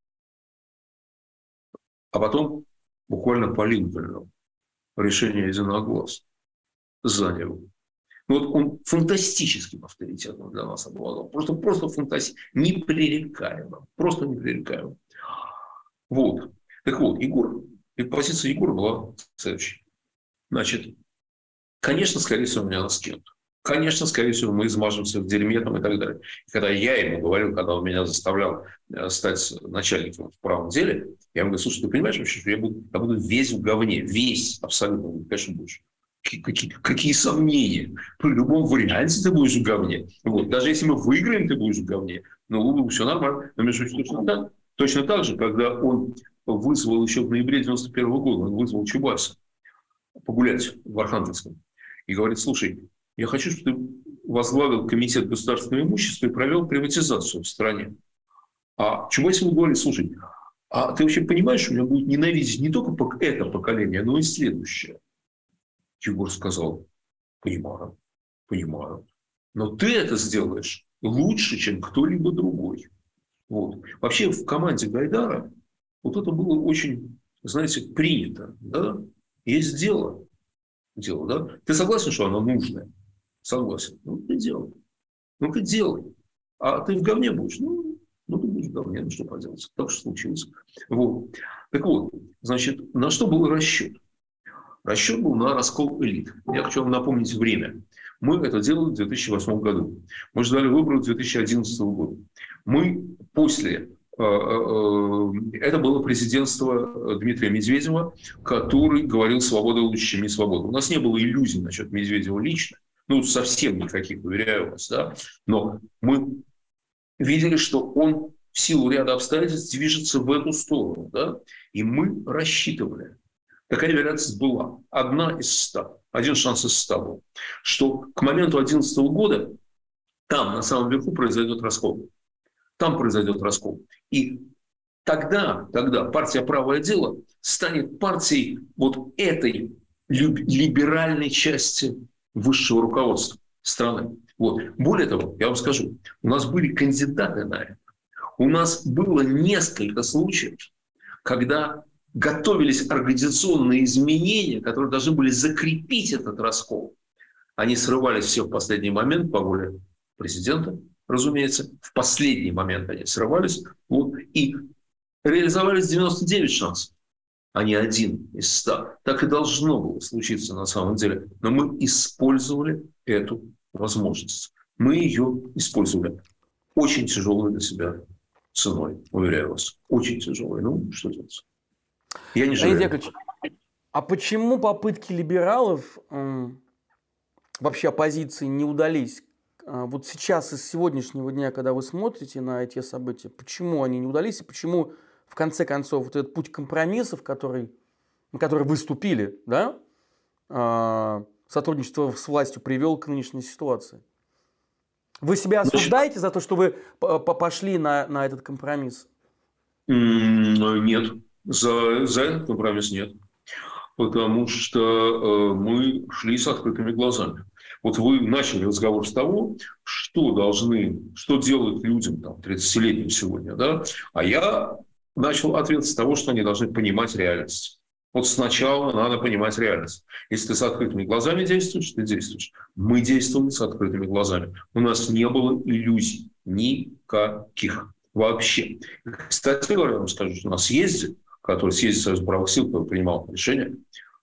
А потом буквально по Линкольну решение единогласно за него. Вот он фантастическим авторитетом для нас обладал. Просто фантастическим. Непререкаемым. Просто непререкаемым. Вот. Так вот, Егор. И позиция Егора была следующей. Значит, конечно, скорее всего, меня наскинут. Конечно, скорее всего, мы измажемся в дерьме там, и так далее. И когда я ему говорил, когда он меня заставлял стать начальником в правом деле, я ему говорю, слушай, ты понимаешь вообще, что я буду весь в говне, весь абсолютно, конечно, будешь. Какие сомнения? При любом варианте ты будешь в говне. Вот. Даже если мы выиграем, ты будешь в говне. Ну, все нормально. Но, между прочим, точно так же, когда он вызвал еще в ноябре 91 года, он вызвал Чубайса погулять в Архангельском и говорит: слушай, я хочу, чтобы ты возглавил комитет государственного имущества и провел приватизацию в стране. А Чубайс ему говорит: слушай, а ты вообще понимаешь, что меня будет ненавидеть не только это поколение, но и следующее? Егор сказал: понимаю, понимаю. Но ты это сделаешь лучше, чем кто-либо другой. Вот. Вообще в команде Гайдара вот это было очень, знаете, принято. Да? Есть дело. Да? Ты согласен, что оно нужное? Согласен. Ну, ты делай. Ну-ка делай. А ты в говне будешь? Ну, ты будешь в говне, ну что поделать. Так что случилось. Вот. Так вот, значит, на что был расчет? Расчет был на раскол элит. Я хочу вам напомнить время. Мы это делали в 2008 году. Мы ждали выборов 2011 года. Мы после... Это было президентство Дмитрия Медведева, который говорил: свобода лучше, чем не свобода. У нас не было иллюзий насчет Медведева лично. Ну, совсем никаких, уверяю вас. Да? Но мы видели, что он в силу ряда обстоятельств движется в эту сторону. Да? И мы рассчитывали. Такая вероятность была. 1 из 100. 1 шанс из 100 был. Что к моменту 2011 года там, на самом верху, произойдет раскол. Там произойдет раскол. И тогда партия «Правое дело» станет партией вот этой либеральной части высшего руководства страны. Вот. Более того, я вам скажу, у нас были кандидаты на это. У нас было несколько случаев, когда готовились организационные изменения, которые должны были закрепить этот раскол. Они срывались все в последний момент по воле президента, разумеется. В последний момент они срывались. Вот, и реализовались 99 шансов, а не 1 из 100. Так и должно было случиться на самом деле. Но мы использовали эту возможность. Мы ее использовали. Очень тяжелой для себя ценой, уверяю вас. Очень тяжелой. Ну, что делать? Я не жалею. Яковлевич, а почему попытки либералов, вообще оппозиции, не удались? Вот сейчас, из сегодняшнего дня, когда вы смотрите на эти события, почему они не удались и почему, в конце концов, вот этот путь компромиссов, на который вы вступили, да, сотрудничество с властью привел к нынешней ситуации? Вы себя осуждаете за то, что вы пошли на этот компромисс? Нет. За этот компромисс нет. Потому что мы шли с открытыми глазами. Вот вы начали разговор с того, что делают людям, там, 30-летним сегодня, да? А я начал ответ с того, что они должны понимать реальность. Вот сначала надо понимать реальность. Если ты с открытыми глазами действуешь, ты действуешь. Мы действовали с открытыми глазами. У нас не было иллюзий никаких вообще. Кстати говоря, я вам скажу, что на съезде, который съезд Союза правых сил, который принимал решение,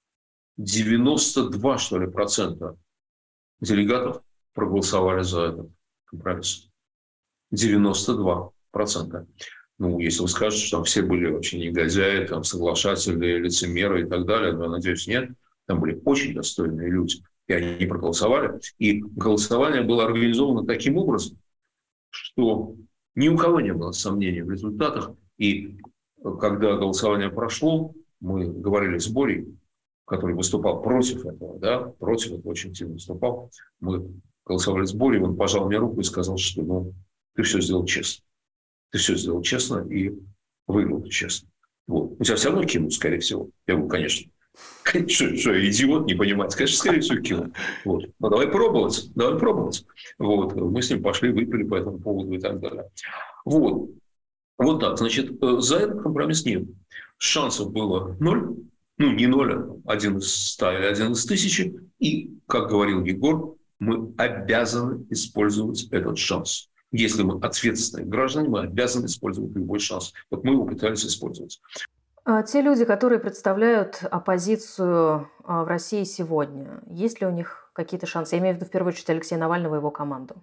92, что ли, процента делегатов проголосовали за этот компромисс. 92%. Ну, если вы скажете, что там все были вообще негодяи, там, соглашатели, лицемеры и так далее, но, надеюсь, нет. Там были очень достойные люди, и они проголосовали. И голосование было организовано таким образом, что ни у кого не было сомнений в результатах. И когда голосование прошло, мы говорили с Борей, который выступал против этого, да, против этого очень сильно выступал. Мы голосовали с Борей, он пожал мне руку и сказал, что ты все сделал честно. Ты все сделал честно и выиграл честно. Вот. У тебя все равно кинут, скорее всего. Я говорю, конечно. Что, идиот, не понимает? Конечно, скорее всего, кинут. Вот. Но давай пробовать. Вот. Мы с ним пошли, выпили по этому поводу и так далее. Вот. Вот так. Значит, за этот компромисс нет. Шансов было 0. Ну, не 0, а 1 из 100 или 1 из 1000. И, как говорил Егор, мы обязаны использовать этот шанс. Если мы ответственные граждане, мы обязаны использовать любой шанс. Вот мы его пытались использовать. Те люди, которые представляют оппозицию в России сегодня, есть ли у них какие-то шансы? Я имею в виду, в первую очередь, Алексея Навального и его команду.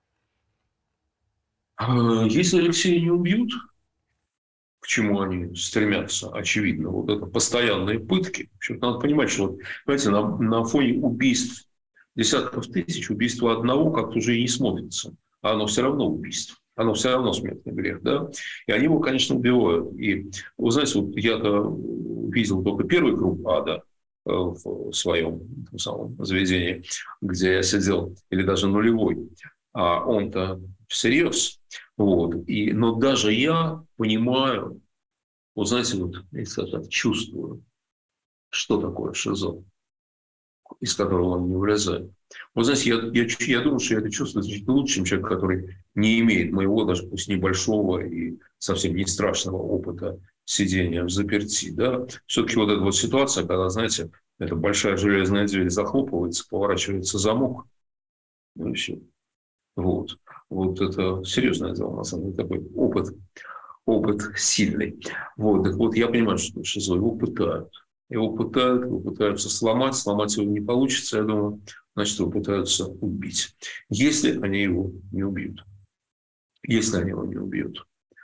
Если Алексея не убьют, к чему они стремятся, очевидно, вот это постоянные пытки. Надо понимать, что, знаете, на фоне убийств десятков тысяч, убийство одного как-то уже и не смотрится. А оно все равно убийство. Оно все равно смертный грех, да? И они его, конечно, убивают. И, вы знаете, вот я-то видел только первый круг ада в своем самом заведении, где я сидел, или даже нулевой. А он-то всерьез. Вот. Но даже я понимаю, вот знаете, вот, я чувствую, что такое шизо, из которого он не вылезает. Вот знаете, я думаю, что я это чувствую значительно лучше, чем человек, который не имеет моего, даже пусть небольшого и совсем не страшного опыта сидения в заперти. Да? Все-таки вот эта вот ситуация, когда, знаете, эта большая железная дверь захлопывается, поворачивается замок, ну и все. Вот. Вот это серьезное дело, на самом деле, такой опыт сильный. Вот. Так вот, я понимаю, что шизо его пытают. Его пытаются сломать его не получится, я думаю, значит, его пытаются убить. Если они его не убьют. Если они его не убьют,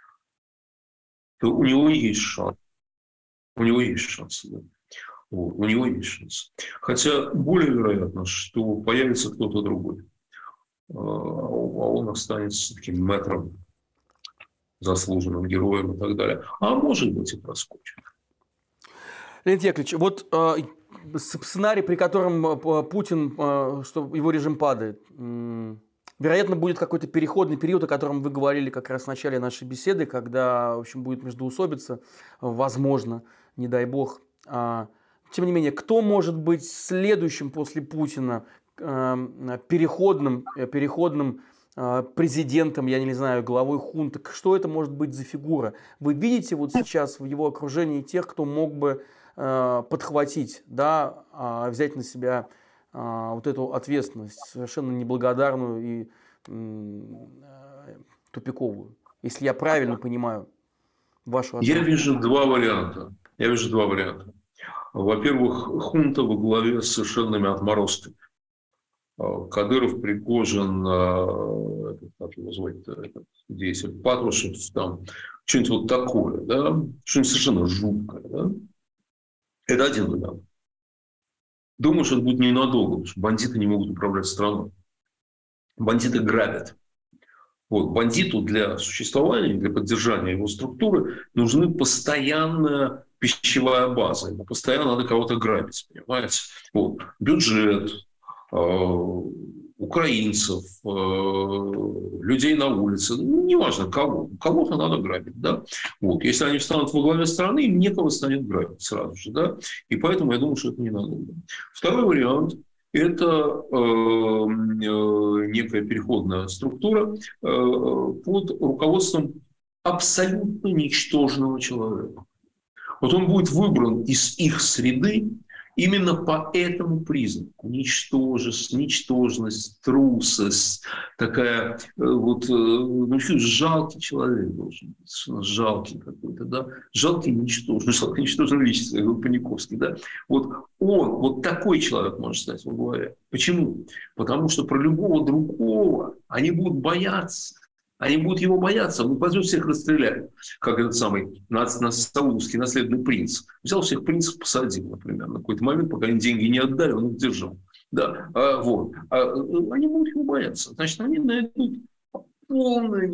то у него есть шанс. У него есть шанс. Да. Вот, у него есть шанс. Хотя более вероятно, что появится кто-то другой. А он останется таким мэтром, заслуженным героем и так далее. А может быть и проскочит. Леонид Яковлевич, вот сценарий, при котором Путин, что его режим падает, вероятно, будет какой-то переходный период, о котором вы говорили как раз в начале нашей беседы, когда, в общем, будет междоусобица, возможно, не дай бог. Тем не менее, кто может быть следующим после Путина переходным президентом, я не знаю, главой хунты? Что это может быть за фигура? Вы видите вот сейчас в его окружении тех, кто мог бы подхватить, да, взять на себя вот эту ответственность, совершенно неблагодарную и тупиковую, если я правильно понимаю вашу оценку? Я вижу два варианта. Во-первых, хунта во главе с совершенными отморозками. Кадыров, Пригожин, как его звать-то, этот деятель, Патрушев, там, что-нибудь вот такое, да, что-нибудь совершенно жуткое, да. Это один вариант. Думаю, что это будет ненадолго, потому что бандиты не могут управлять страной. Бандиты грабят. Вот, бандиту для существования, для поддержания его структуры нужны постоянная пищевая база. Ему постоянно надо кого-то грабить, понимаете? Вот, бюджет, украинцев, людей на улице, неважно кого, кого-то надо грабить, да. Вот. Если они встанут во главе страны, им некого станет грабить сразу же, да. И поэтому я думаю, что это ненадолго. Второй вариант – это некая переходная структура под руководством абсолютно ничтожного человека. Вот он будет выбран из их среды именно по этому признаку. Ничтожность, трусость, такая вот, жалкий человек должен быть, жалкий какой-то, да, жалкий ничтожный личность, как Паниковский, да. Вот такой человек может стать во главе. Почему? Потому что про любого другого они будут бояться. Они будут его бояться, он пойдет всех расстрелять, как этот самый саудовский наследный принц. Взял всех принцев, посадил, например, на какой-то момент, пока они деньги не отдали, он их держал. Да, они будут его бояться. Значит, они найдут полное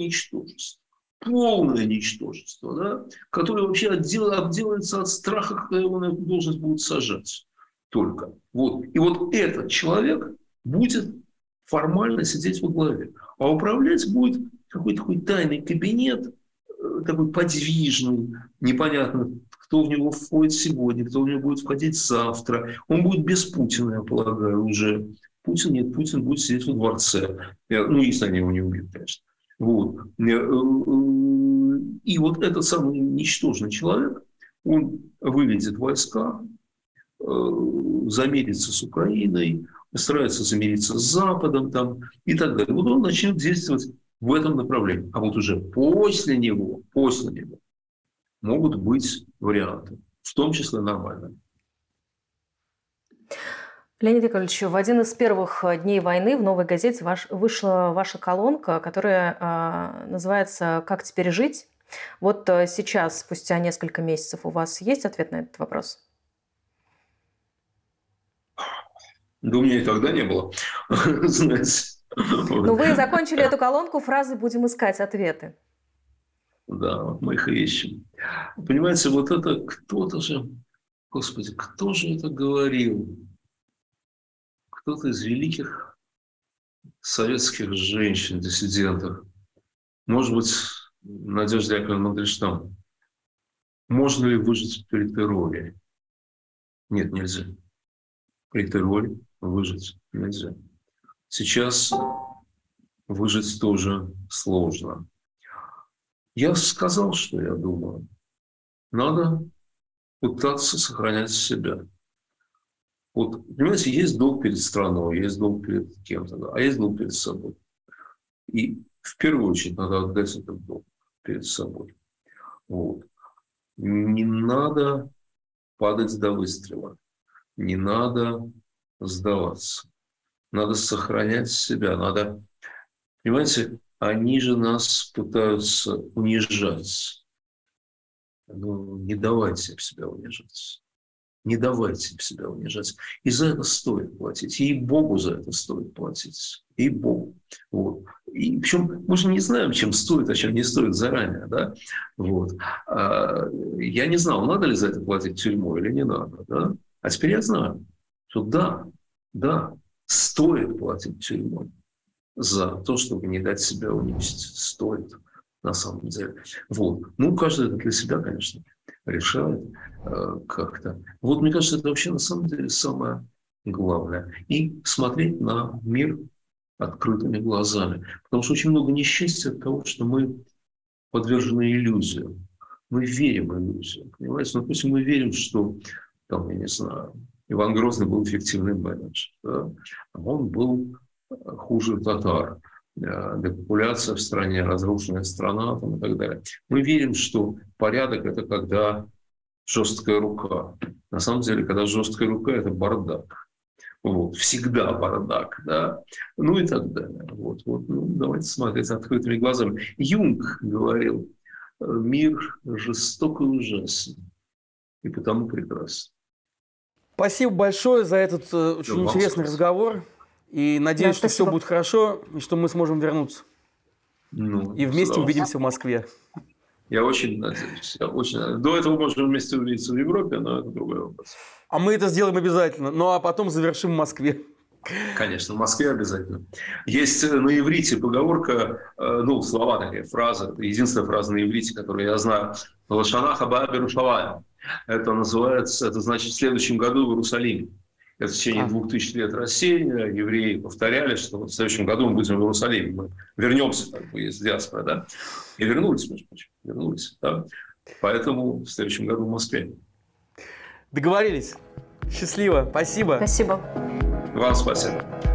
ничтожество, да, которое вообще обделается от страха, когда его на эту должность будут сажать. Только. Вот. И вот этот человек будет формально сидеть во главе. А управлять будет какой-то такой тайный кабинет, такой подвижный, непонятно, кто в него входит сегодня, кто в него будет входить завтра. Он будет без Путина, я полагаю, уже. Путин будет сидеть во дворце. Если они его не убьют, конечно. Вот. И вот этот самый ничтожный человек, он выведет войска, замирится с Украиной, старается замириться с Западом там, и так далее. Вот он начнет действовать в этом направлении. А вот уже после него могут быть варианты, в том числе нормальные. Леонид Яковлевич, в один из первых дней войны в «Новой газете» вышла ваша колонка, которая называется «Как теперь жить?». Вот сейчас, спустя несколько месяцев, у вас есть ответ на этот вопрос? Да у меня и тогда не было, знаете. Но вы закончили эту колонку фразой «будем искать ответы». Да, вот мы их и ищем. Понимаете, вот это кто-то же, Господи, кто же это говорил? Кто-то из великих советских женщин, диссидентов. Может быть, Надежда Яковлевна Мандельштам. Можно ли выжить при терроре? Нет, нельзя. При терроре выжить нельзя. Сейчас выжить тоже сложно. Я сказал, что я думаю. Надо пытаться сохранять себя. Вот, понимаете, есть долг перед страной, есть долг перед кем-то, да, а есть долг перед собой. И в первую очередь надо отдать этот долг перед собой. Вот. Не надо падать до выстрела. Не надо сдаваться. Надо сохранять себя. Надо, понимаете, они же нас пытаются унижать. Ну, не давайте себя унижать. Не давайте себя унижать. И за это стоит платить. И Богу за это стоит платить. И Богу. Вот. И причем мы же не знаем, чем стоит, а чем не стоит заранее. Да? Вот. Я не знал, надо ли за это платить тюрьму или не надо. Да? А теперь я знаю, что да, стоит платить тюрьму за то, чтобы не дать себя унизить. Стоит, на самом деле. Вот. Ну, каждый это для себя, конечно, решает как-то. Вот, мне кажется, это вообще на самом деле самое главное. И смотреть на мир открытыми глазами. Потому что очень много несчастья от того, что мы подвержены иллюзиям. Мы верим в иллюзию. Понимаете? Ну, допустим, мы верим, что, там, я не знаю, Иван Грозный был эффективный менеджер. Да? Он был хуже татар. Депопуляция в стране, разрушенная страна там, и так далее. Мы верим, что порядок – это когда жесткая рука. На самом деле, когда жесткая рука – это бардак. Вот. Всегда бардак. Да? Ну и так далее. Вот. Ну, давайте смотреть открытыми глазами. Юнг говорил, мир жесток и ужасен, и потому прекрасен. Спасибо большое за этот очень интересный разговор. И надеюсь, что все будет хорошо, и что мы сможем вернуться. И вместе увидимся в Москве. Я очень надеюсь. До этого можем вместе увидеться в Европе, но это другой вопрос. А мы это сделаем обязательно. Ну, а потом завершим в Москве. Конечно, в Москве обязательно. Есть на иврите поговорка, слова такие, фраза. Единственная фраза на иврите, которую я знаю. «Лашана хаба берушалаем». Это называется, это значит в следующем году в Иерусалиме. Это в течение 2000 лет рассеяния. Евреи повторяли, что в следующем году мы будем в Иерусалиме. Мы вернемся из диаспоры. Да? И вернулись, между прочим. Вернулись. Да? Поэтому в следующем году в Москве. Договорились. Счастливо. Спасибо. Спасибо. Вам спасибо.